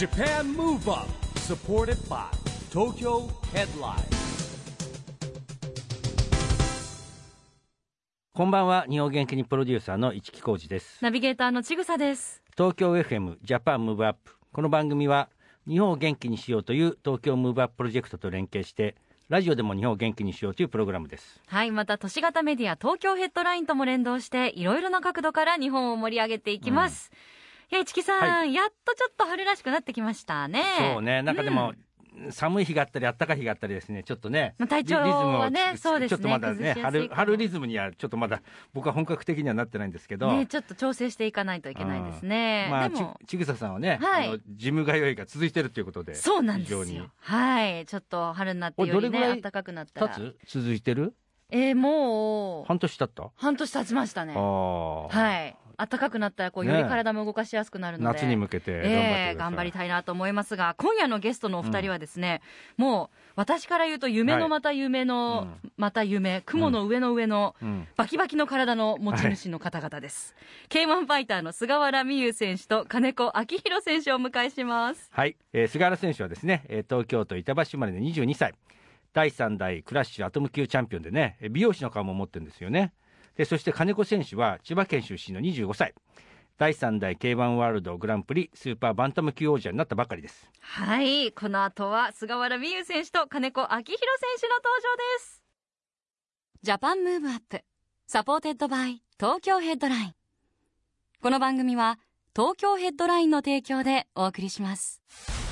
Japan Move Up supported by Tokyo Headline。 こんばんは。日本元気にプロデューサーの市木浩司です。 ナビゲーターのちぐさです。 東京 FM ジャパンムーブアップ、この番組は日本を元気にしようという東京ムーブアッププロジェクトと連携してラジオでも日本を元気にしようというプログラムです。 はい、また都市型メディア東京ヘッドラインとも連動していろいろな角度から日本を盛り上げていきます、いや市木さん、 はい、 やっとちょっと春らしくなってきましたね。 そうね、なんかでも、寒い日があったり暖かい日があったりですね、ちょっとね、 体調はね、そうですね、 ちょっとまだね、春リズムにはちょっとまだ僕は本格的にはなってないんですけど、 ね、ちょっと調整していかないといけないですね、 まあ、 でもちぐささんはね、 はい、 ジム通いが続いてるということで。 そうなんですよ。はい、ちょっちょっと春になってよりね暖かくなったら続いてる？ もう半年経った？ 半年経ちましたね。はい、暖かくなったらこうより体も動かしやすくなるので、 夏に向けて頑張りたいなと思いますが、今夜のゲストのお二人はですね、もう私から言うと夢のまた夢のまた夢、雲の上の上のバキバキの体の持ち主の方々です、K1 ファイターの菅原美優選手と金子明宏選手をお迎えします。 はい、菅原選手はですね、東京都板橋生まれの22歳、第3代クラッシュアトム級チャンピオンでね、美容師の顔も持ってるんですよね。でそして金子選手は千葉県出身の25歳、第3代 K1 ワールドグランプリスーパーバンタム級王者になったばかりです。 はい、この後は菅原美優選手と金子明宏選手の登場です。ジャパンムーブアップサポーテッドバイ東京ヘッドライン。この番組は東京ヘッドラインの提供でお送りします。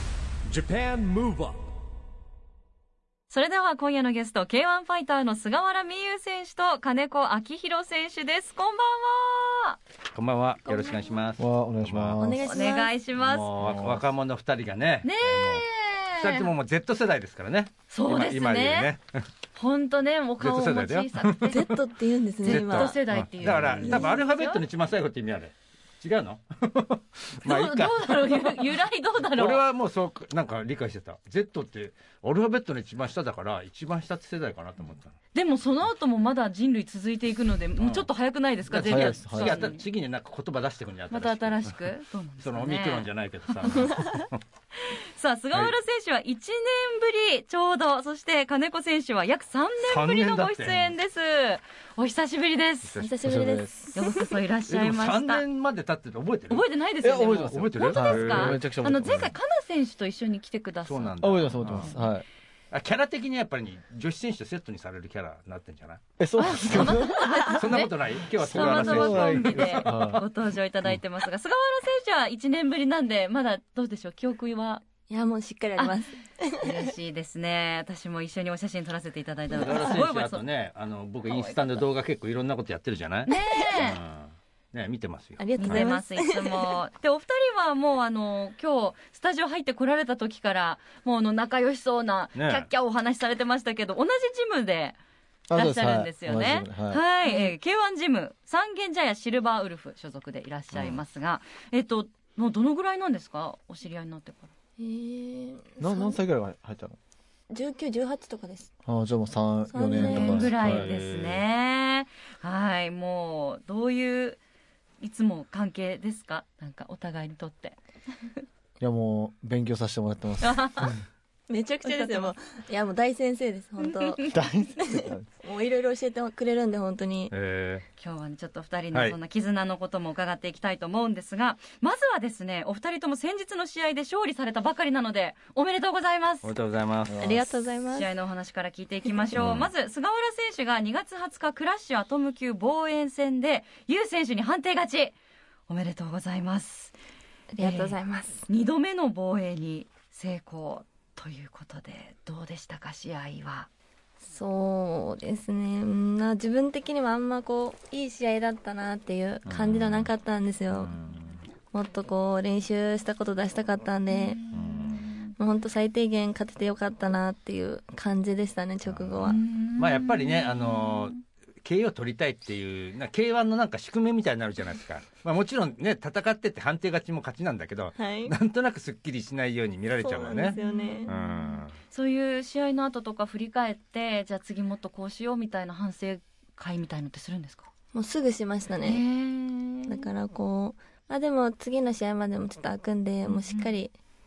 Japan Move Up。 それでは今夜のゲスト K1 ファイターの菅原美優選手と金子明宏選手です。こんばんは。 こんばんは、よろしくお願いします。 お願いします。 お願いします。 もう若者2人がね、2人とももう Z 世代ですからね。 そうですね、本当ね、もう顔も小さくて Z って言うんですね、今 Z 世代っていう、 だから多分アルファベットの一番最後って意味ある。違うの？ まあいいか。どうだろう、由来どうだろう。 俺はもうそうなんか理解してた。 Z ってアルファベットの一番下だから一番下って世代かなと思ったの。 でもその後もまだ人類続いていくので、もうちょっと早くないですか？ 次になんか言葉出してくるんじゃない？ また新しくそのオミクロンじゃないけどささあ菅原選手は1年ぶりちょうど、そして金子選手は約3年ぶりのご出演です。お久しぶりです。 お久しぶりです。 ようこそいらっしゃいました。 3年まで経ってて覚えてる？ 覚えてないですよね。 覚えてる？ 本当ですか？ めちゃくちゃ覚えてます。 前回カナ選手と一緒に来てくださった。 そうなんだ。 覚えてます。はい。 キャラ的にやっぱり女子選手とセットにされるキャラになってんじゃない？ そうですか。 そんなことない？今日は菅原選手コンビではご登場いただいてますが、菅原選手は1年ぶりなんでまだどうでしょう、記憶は？ いやもうしっかりあります。 嬉しいですね。私も一緒にお写真撮らせていただいたので、 菅原選手あとね、僕インスタの動画結構いろんなことやってるじゃない？ねえ、 見てますよ。 ありがとうございます。 いつもでお二人はもう今日スタジオ入ってこられた時からもう仲良しそうなキャッキャお話しされてましたけど、同じジムでいらっしゃるんですよね。はい、K1 ジム三軒茶屋シルバーウルフ所属でいらっしゃいますが、もうどのぐらいなんですか、お知り合いになってから？ 何歳ぐらい入ったの ？19、18とかです。 じゃあもう3、4年とかぐらいですね。はい、もうどういういつも関係ですか、なんかお互いにとって？ いやもう勉強させてもらってますめちゃくちゃですよ。もういやもう大先生です本当。 大先生もういろいろ教えてくれるんで本当に。 今日はねちょっと2人のそんな絆のことも伺っていきたいと思うんですが、まずはですねお二人とも先日の試合で勝利されたばかりなのでおめでとうございます。 おめでとうございます。 ありがとうございます。 試合のお話から聞いていきましょう。まず菅原選手が2月20日クラッシュアトム級防衛戦でユウ選手に判定勝ち、おめでとうございます。 ありがとうございます。 2度目の防衛に成功ということでどうでしたか、試合は？ そうですね、自分的にはあんまいい試合だったなっていう感じではなかったんですよ。もっと練習したこと出したかったんで、もう本当最低限勝ててよかったなっていう感じでしたね、直後は。 やっぱりねKO を取りたいっていうK1 のなんか宿命みたいになるじゃないですか。もちろんね戦ってて判定勝ちも勝ちなんだけど、なんとなくすっきりしないように見られちゃうもんね。 そうなんですよね。 そういう試合の後とか振り返って、じゃあ次もっとこうしようみたいな反省会みたいのってするんですか？ もうすぐしましたね。だからでも次の試合までもちょっと空くんで、もうしっかり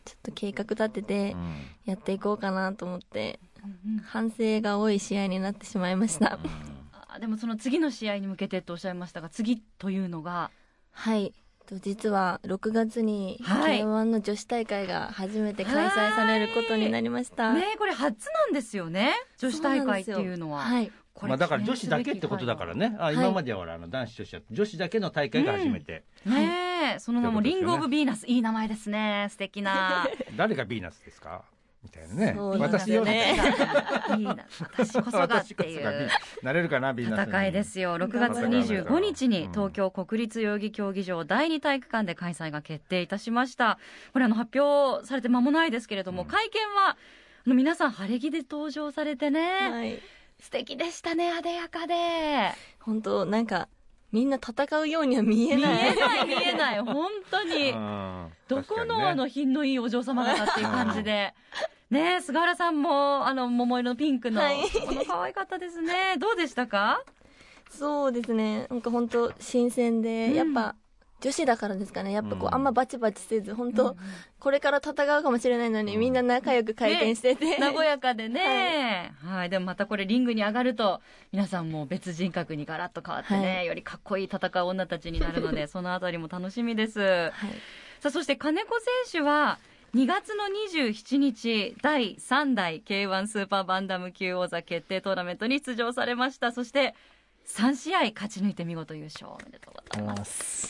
ちょっと計画立ててやっていこうかなと思って、 うんうん反省が多い試合になってしまいました。 でもその次の試合に向けてとおっしゃいましたが、次というのがはい実は6月にはい K1 の女子大会が初めて開催されることになりました。 ね、これ初なんですよね、女子大会っていうのは。 はいこれまあ、だから女子だけってことだからね、今まではほら男子女子は女子だけの大会が初めて、 ねえ、その名もリングオブビーナス、いい名前ですね、素敵な。 誰がヴィーナスですかみたいなね、 そう私よね私こそがっていうなれるかなヴィーナスに戦いですよ。6月25日に東京国立代々木競技場第2体育館で開催が決定いたしました。これ発表されて間もないですけれども、会見は皆さん晴れ着で登場されてね、 はい、 素敵でしたね、艶やかで。 本当なんかみんな戦うようには見えない見えない本当にどこの品のいいお嬢様方っていう感じでね。菅原さんも桃色のピンクの、この可愛かったですね。どうでしたか？ そうですね、なんか本当新鮮で、やっぱ女子だからですかね、やっぱこう、あんまバチバチせず、本当、これから戦うかもしれないのに、みんな仲良く回転してて、 和やかでね、はい、でもまたこれリングに上がると皆さんも別人格にガラッと変わってね、よりかっこいい戦う女たちになるのでそのあたりも楽しみです、さあそして金子選手は2月の27日第3代 K1 スーパーバンダム級王座決定トーナメントに出場されました。そして3試合勝ち抜いて見事優勝、おめでとうございます。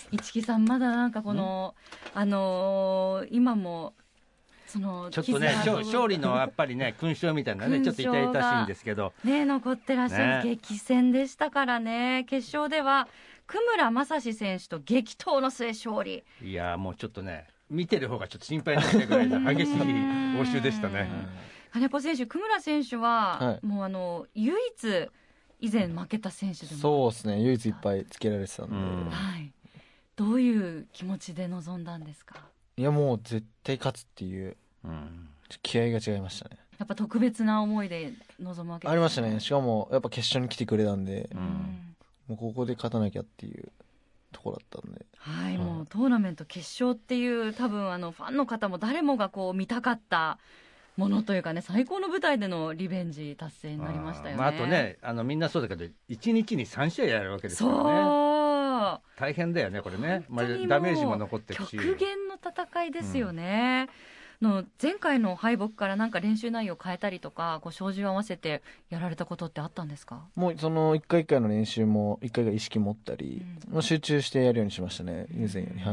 市木さん、まだなんかこの、今もそのちょっとね勝利のやっぱりね勲章みたいなねちょっと痛々しいんですけどね、残ってらっしゃる、激戦でしたからね。決勝では久村正史選手と激闘の末勝利。いやもうちょっとね見てる方がちょっと心配になるぐらいの激しい応酬でしたね。 金子選手、久村選手は、もう唯一以前負けた選手でもそうですね、唯一いっぱいつけられてたんで、 はい、どういう気持ちで臨んだんですか？ いやもう絶対勝つっていう、気合が違いましたね。 やっぱ特別な思いで臨むわけですか？ ありましたね。しかもやっぱ決勝に来てくれたんで、もうここで勝たなきゃっていうところだったんで、 はい、もうトーナメント決勝っていう多分ファンの方も誰もがこう見たかったものというかね、最高の舞台でのリベンジ達成になりましたよね。 あとねみんなそうだけど1日に3試合やるわけですからね。そう大変だよねこれね、ダメージも残ってるし極限の戦いですよね、の前回の敗北からなんか練習内容を変えたりとかこう照準を合わせてやられたことってあったんですか？ もうその一回一回の練習も一回が意識持ったり、集中してやるようにしましたね、以前より。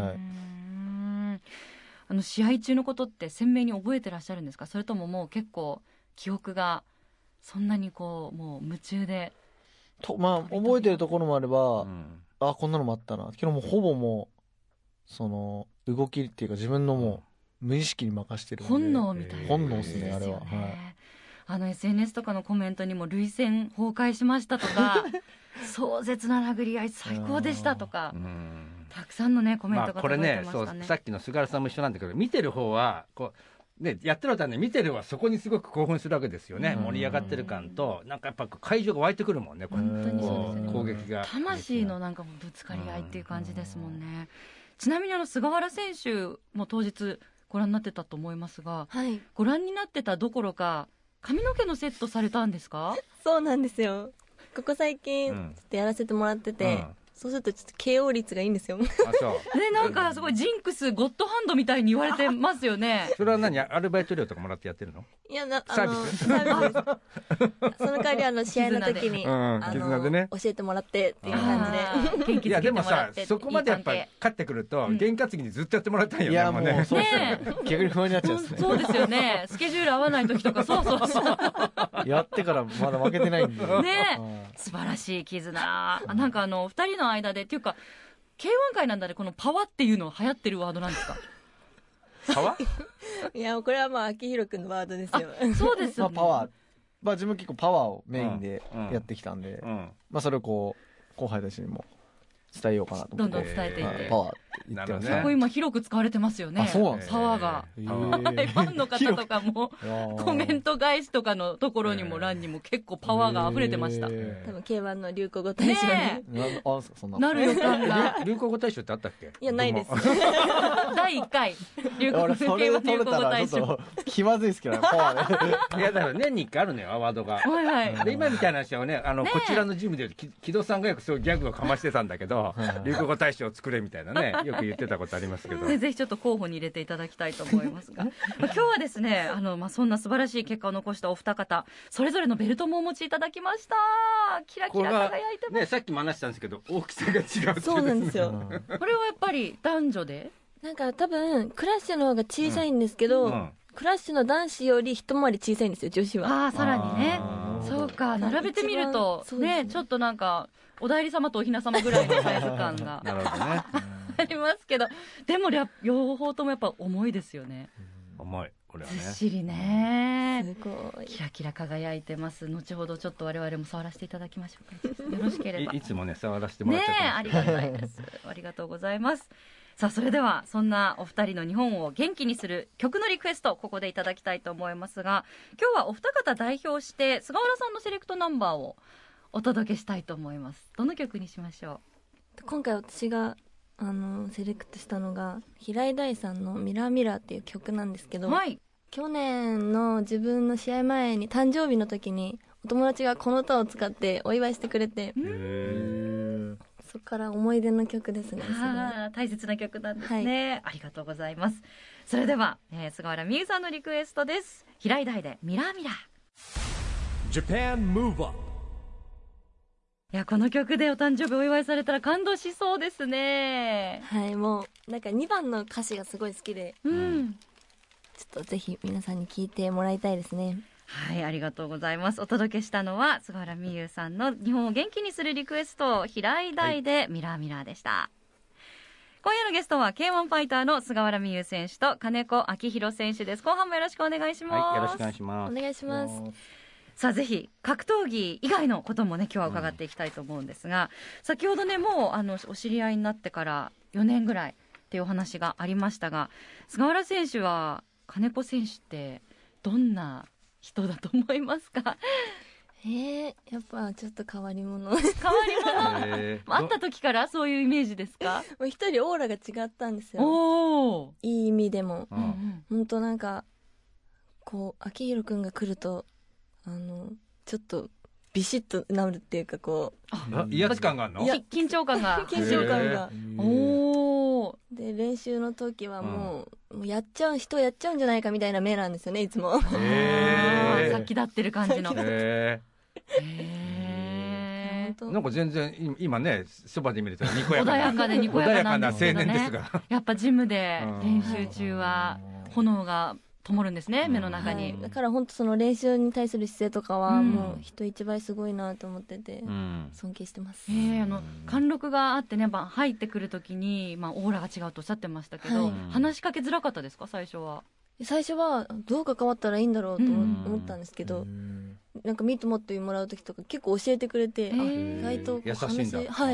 試合中のことって鮮明に覚えてらっしゃるんですか？それとももう結構記憶がそんなにこうもう夢中でまあ覚えてるところもあれば、あこんなのもあったなけど、もうほぼもうその動きっていうか自分のもう無意識に任してるんで、 本能みたいな本能ですね、あれは。 SNS とかのコメントにも涙腺崩壊しましたとか壮絶な殴り合い最高でしたとか、たくさんのねコメントが届いてましたね。 これね、そうさっきの菅原さんも一緒なんだけど、見てる方はこう、ね、やってる方はね、見てる方はそこにすごく興奮するわけですよね。盛り上がってる感と、なんかやっぱ会場が湧いてくるもんね、これ本当にそうですね、 攻撃が魂のなんかもぶつかり合いっていう感じですもんね。ちなみに菅原選手も当日ご覧になってたと思いますが、ご覧になってたどころか髪の毛のセットされたんですか？ そうなんですよ、ここ最近ちょっとやらせてもらってて、そうするとちょっと KO 率がいいんですよ。ね、 なんかすごいジンクスゴッドハンドみたいに言われてますよね。 それは何、アルバイト料とかもらってやってるの？ いやサービスその代わり試合の時に絆でね教えてもらってっていう感じで。 いやでもさ、そこまでやっぱ勝ってくると験担ぎにずっとやってもらいたいよね。いやもうそうですね、 逆に不安になっちゃうんですね。 そうですよね、スケジュール合わない時とかそうやってからまだ負けてないんでね、素晴らしい絆。なんか2人の間でっていうか K1 界なんだね、このパワっていうのは流行ってるワードなんですか？ パワいやこれは秋広くんのワードですよ。 そうですよね、 パワー、自分結構パワーをメインでやってきたんで、それをこう後輩たちにも伝えようかなと思って、 どんどん伝えていって、 パワーって言ってます結構今広く使われてますよね。 そうなんですね。 パワーが。ファンの方とかもコメント返しとかのところにも欄にも結構パワーが溢れてました。 多分 K1 の流行語大賞になる予感が。 流行語大賞ってあったっけ？ いや、ないです。 第1回流行語大賞。 気まずいですけどね、パワーね。いやだから年に1回あるのよ、アワードが。 はいはい。 で今みたいな話はね、こちらのジムで木戸さんがよくそういうギャグをかましてたんだけど、流行語大賞を作れみたいなね、よく言ってたことありますけど。 ぜひちょっと候補に入れていただきたいと思いますが、今日はですね、そんな素晴らしい結果を残したお二方、それぞれのベルトもお持ちいただきました。キラキラ輝いてます。 ね、さっきも話したんですけど、大きさが違うっていう。 そうなんですよ。 これはやっぱり男女で？ なんか多分クラッシュの方が小さいんですけど、クラッシュの男子より一回り小さいんですよ、女子は。 ああ、さらにね。そうか、並べてみるとね、ちょっとなんかお内裏様とお雛様ぐらいのサイズ感がなるほどね。 ありますけど、でも両方ともやっぱ重いですよね。 重い。これはね。 ずっしりね。 すごい。 キラキラ輝いてます。後ほどちょっと我々も触らせていただきましょうか。よろしければ。 いつもね、触らせてもらっちゃってね、ありがたいです。ありがとうございます。さあ、それではそんなお二人の日本を元気にする曲のリクエスト、ここでいただきたいと思いますが、今日はお二方代表して菅原さんのセレクトナンバーをお届けしたいと思います。どの曲にしましょう？今回私がセレクトしたのが平井大さんのミラーミラーっていう曲なんですけど、 はい、 去年の自分の試合前に誕生日の時にお友達がこの歌を使ってお祝いしてくれて、そこから思い出の曲ですね。 大切な曲なんですね、はい、ありがとうございます。それでは、菅原美優さんのリクエストです。平井大でミラーミラー。 Japan Move Up。 いや、この曲でお誕生日お祝いされたら感動しそうですね。 はい、もうなんか2番の歌詞がすごい好きで、ちょっとぜひ皆さんに聴いてもらいたいですね。 はい、ありがとうございます。お届けしたのは菅原美優さんの日本を元気にするリクエスト、平井大でミラーミラーでした。今夜のゲストは K1 ファイターの菅原美優選手と金子明宏選手です。後半もよろしくお願いします。 はい、よろしくお願いします。 お願いします。 さあ、ぜひ格闘技以外のこともね、今日は伺っていきたいと思うんですが、先ほどね、もうお知り合いになってから4年ぐらいっていうお話がありましたが、菅原選手は金子選手ってどんな人だと思いますか？ やっぱちょっと変わり者。 変わり者、会った時からそういうイメージですか？ もう一人オーラが違ったんですよ。 おー、 いい意味でも。本当なんかこう明宏くんが来るとちょっとビシッとなるっていうか、こう威圧感があるの？ 緊張感が緊張感が。 おー。 で練習の時はもうやっちゃうんじゃないかみたいな目なんですよね、いつも。 さっき立ってる感じの。 なんか全然今ね、そばで見るとにこやかな穏やかでにこやかなんですけどね。 穏やかな青年ですが、 やっぱジムで練習中は炎が灯るんですね、目の中に。 だから本当その練習に対する姿勢とかはもう人一倍すごいなと思ってて、尊敬してます。 貫禄があってね、入ってくるときに、オーラが違うとおっしゃってましたけど、話しかけづらかったですか、最初は？ 最初はどう関わったらいいんだろうと思ったんですけど、なんかミート持ってもらう時とか結構教えてくれて、意外と優しいんだ。 はい。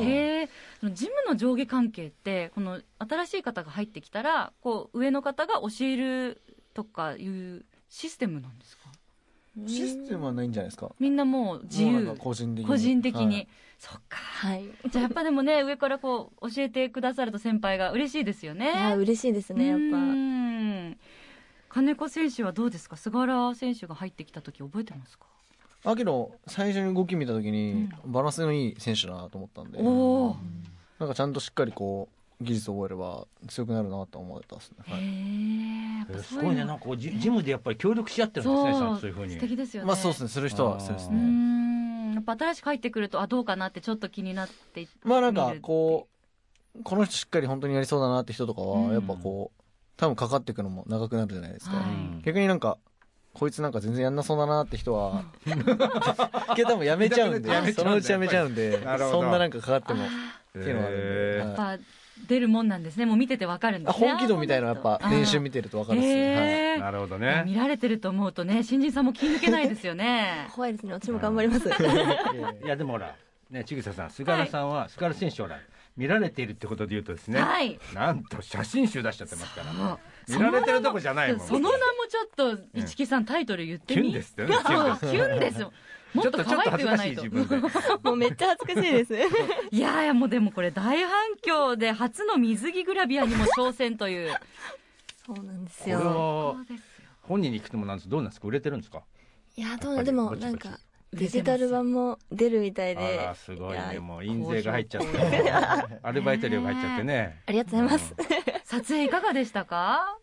ジムの上下関係って、この新しい方が入ってきたらこう上の方が教えるとかいうシステムなんですか？ システムはないんじゃないですか？ みんなもう自由、個人的に、そっか、 はい、 じゃあやっぱでもね、上からこう教えてくださると先輩が嬉しいですよね。 いや、嬉しいですね、やっぱ。 金子選手はどうですか？菅原選手が入ってきた時覚えてますか？ けど最初に動き見た時にバランスのいい選手だなと思ったんで、なんかちゃんとしっかりこう技術を覚えれば強くなるなと思ったですね。 すごいね、なんかジムでやっぱり協力し合ってるんですね。そういう風に素敵ですよね。 そうですね、する人はそうですね。 やっぱ新しく入ってくるとどうかなってちょっと気になってなんかこの人しっかり本当にやりそうだなって人とかはやっぱこう多分かかっていくのも長くなるじゃないですか。逆になんかこいつなんか全然やんなそうだなって人は多分やめちゃうんで、そのうちやめちゃうんで、そんななんかかかってもっていうのはあるんで、 やっぱ出るもんなんですね。もう見ててわかるんですね。 本気度みたいなやっぱ練習見てるとわかるっす。 なるほどね。 見られてると思うとね、新人さんも気抜けないですよね。 怖いですね。私も頑張ります。 いやでもほらね、千草さん、菅原さんは菅原選手は見られているってことで言うとですね、 はい、 なんと写真集出しちゃってますから見られてるとこじゃないもん。 その名もちょっと市木さんタイトル言ってみ。 キュンですってね。 キュンですよ。もっと可愛く言わないと。 もうめっちゃ恥ずかしいですいやいや、もうでもこれ大反響で初の水着グラビアにも挑戦というそうなんですよ。 これは本人に聞くともなんですどうなんですか、売れてるんですか。 いやでもなんかデジタル版も出るみたいで。 あらすごいね。もう印税が入っちゃってアルバイト料が入っちゃってね。 ありがとうございます、 撮影いかがでしたか。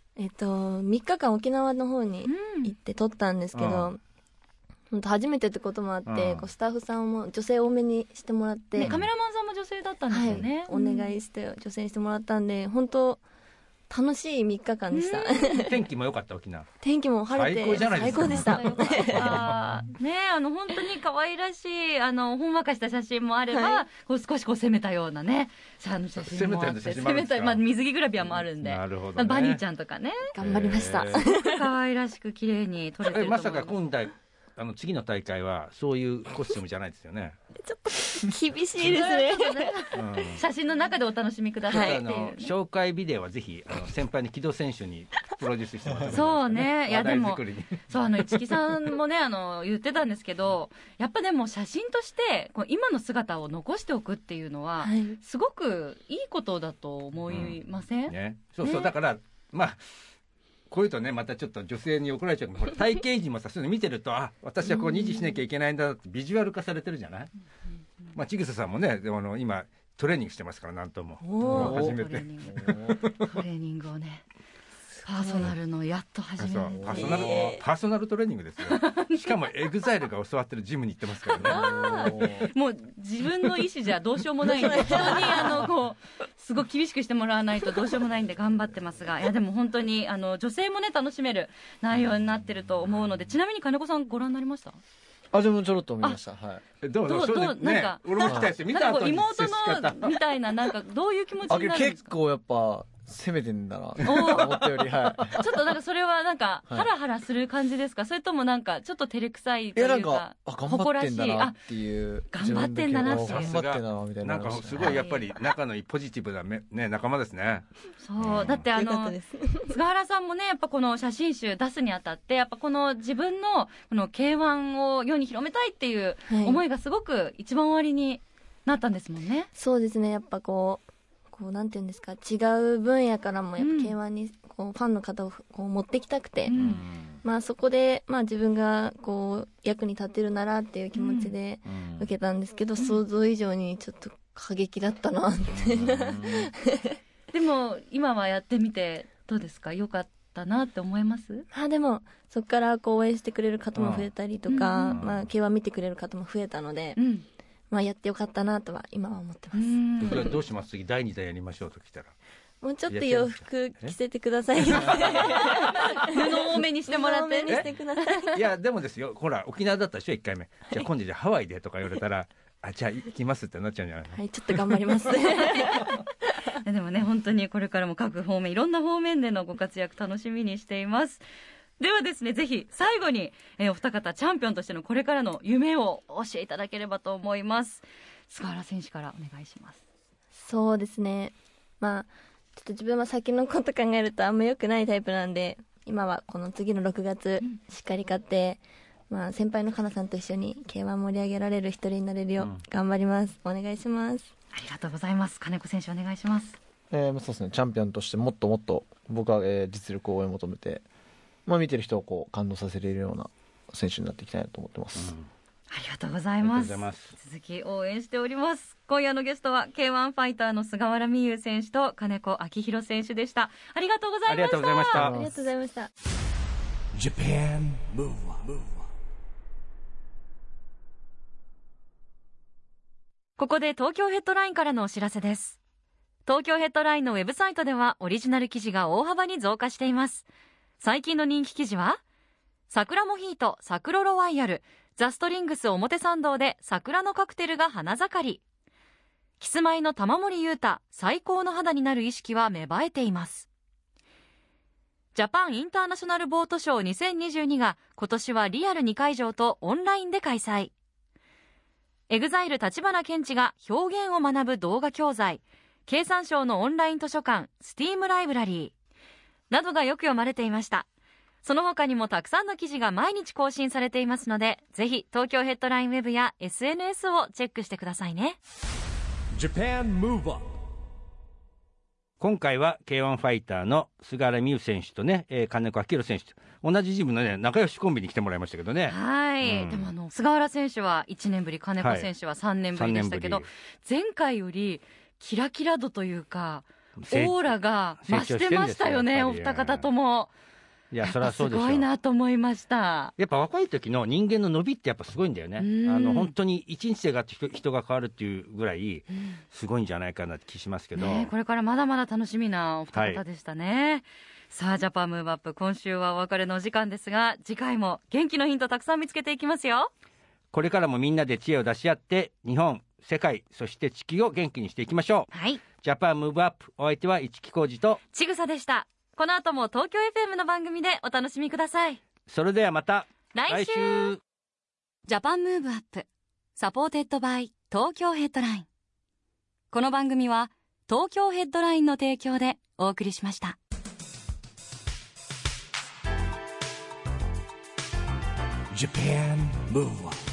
3日間沖縄の方に行って撮ったんですけど、本当初めてってこともあって、こうスタッフさんも女性多めにしてもらって、 カメラマンさんも女性だったんですよね、 お願いして女性にしてもらったんで、本当楽しい3日間でした。 天気も良かった。沖縄天気も晴れて最高じゃないですか。 最高でしたね、本当に可愛らしいほんわかした写真もあれば、こう少しこう攻めたようなね写真もあって、攻めた、水着グラビアもあるんで、 なるほどね、 バニーちゃんとかね、 頑張りました。 可愛らしく綺麗に撮れてると思います。 まさか今回次の大会はそういうコスチュームじゃないですよね。 ちょっと厳しいですね写真の中でお楽しみくださいっていう、 紹介ビデオはぜひ先輩の木戸選手にプロデュースしてもらってそうね。いやでもそう市木さんもね言ってたんですけど、やっぱでも写真としてこう今の姿を残しておくっていうのは、すごくいいことだと思いません、 ね、そうだからこういうとね、またちょっと女性に怒られちゃうけど、体型維持もさ、そういうの見てると、私はこう維持しなきゃいけないんだってビジュアル化されてるじゃない。千草さんもね、でも今トレーニングしてますから、なんとも初めてトレーニングをね、パーソナルのやっと始める。 パーソナルトレーニングですよ。しかもエグザイルが教わってるジムに行ってますからね。 もう自分の意思じゃどうしようもないんで、人にこうすごく厳しくしてもらわないとどうしようもないんで頑張ってますが、いやでも本当に女性もね楽しめる内容になってると思うので、ちなみに金子さんご覧になりました？ 自分もちょろっと見ました。はい。 どうなんか俺も聞きたいですよ。見た後に妹のみたいな、なんかどういう気持ちになるんですか？ 結構やっぱ攻めてんだな思ったより、はい。 ちょっとなんかそれはなんかハラハラする感じですか？それともなんかちょっと照れくさいというか、 誇らしい、頑張ってんだなっていう、 頑張ってんだなっていう、 頑張ってんだなみたいな、 なんかすごいやっぱり仲のいいポジティブなね仲間ですね。 そうだって菅原さんもね、やっぱこの写真集出すにあたって、やっぱこの自分のこの K1 を世に広めたいっていう思いがすごく一番終わりになったんですもんね。 そうですね。やっぱこうなんていうんですか、違う分野からもやっぱ K1 にこうファンの方をこう持ってきたくて、そこで自分がこう役に立てるならっていう気持ちで受けたんですけど、想像以上にちょっと過激だったなってでも今はやってみてどうですか？良かったなって思います？ でもそこからこう応援してくれる方も増えたりとか、K1 見てくれる方も増えたので、やってよかったなとは今は思ってます。 どうします？次第2弾やりましょうと来たら、 もうちょっと洋服着せてください布多めにしてもらって。 いやでもですよ、ほら沖縄だったでしょ1回目、じゃあ今度ハワイでとか言われたらじゃあ行きますってなっちゃうんじゃないの？ はい、ちょっと頑張りますでもね、本当にこれからも各方面いろんな方面でのご活躍楽しみにしています。ではですね、ぜひ最後に、お二方チャンピオンとしてのこれからの夢を教えていただければと思います。菅原選手からお願いします。 そうですね、ちょっと自分は先のこと考えるとあんま良くないタイプなんで、今はこの次の6月しっかり勝って、先輩のかなさんと一緒に K1 盛り上げられる一人になれるよう頑張ります。お願いします。 ありがとうございます。金子選手お願いします。 そうですね、チャンピオンとしてもっともっと僕は、実力を追い求めて、見てる人をこう感動させれるような選手になっていきたいなと思ってます。 ありがとうございます。続き応援しております。今夜のゲストは K1 ファイターの菅原美優選手と金子明弘選手でした。ありがとうございました。 ありがとうございました。 Japan Move Up。 ここで東京ヘッドラインからのお知らせです。東京ヘッドラインのウェブサイトではオリジナル記事が大幅に増加しています。最近の人気記事は、桜モヒートサクロロワイヤル、ザストリングス表参道で桜のカクテルが花盛り。キスマイの玉森裕太、最高の肌になる意識は芽生えています。ジャパンインターナショナルボートショー2022が今年はリアル2会場とオンラインで開催。EXILE 橘ケンチが表現を学ぶ動画教材経産省のオンライン図書館スティームライブラリーなどがよく読まれていました。その他にもたくさんの記事が毎日更新されていますので、ぜひ東京ヘッドラインウェブや SNS をチェックしてくださいね。 Japan Move Up。 今回は K1 ファイターの菅原美羽選手とね、金子明宏選手と同じジムのね仲良しコンビに来てもらいましたけどね。 はい、でも菅原選手は1年ぶり、金子選手は3年ぶりでしたけど、前回よりキラキラ度というかオーラが増してましたよね、お二方とも。 いや、そりゃそうでしょ。 すごいなと思いました。 やっぱ若い時の人間の伸びってやっぱすごいんだよね。本当に一日で人が変わるっていうぐらいすごいんじゃないかなって気しますけど、 これからまだまだ楽しみなお二方でしたね。さあ、ジャパンムーブアップ、今週はお別れのお時間ですが、次回も元気のヒントたくさん見つけていきますよ。 これからもみんなで知恵を出し合って日本、世界、そして地球を元気にしていきましょう。 はい、 ジャパンムーブアップ、お相手は市木浩二とちぐさでした。この後も東京 FM の番組でお楽しみください。 それではまた来週。ジャパンムーブアップ、サポーテッドバイ東京ヘッドライン。この番組は東京ヘッドラインの提供でお送りしました。 Japan Move Up。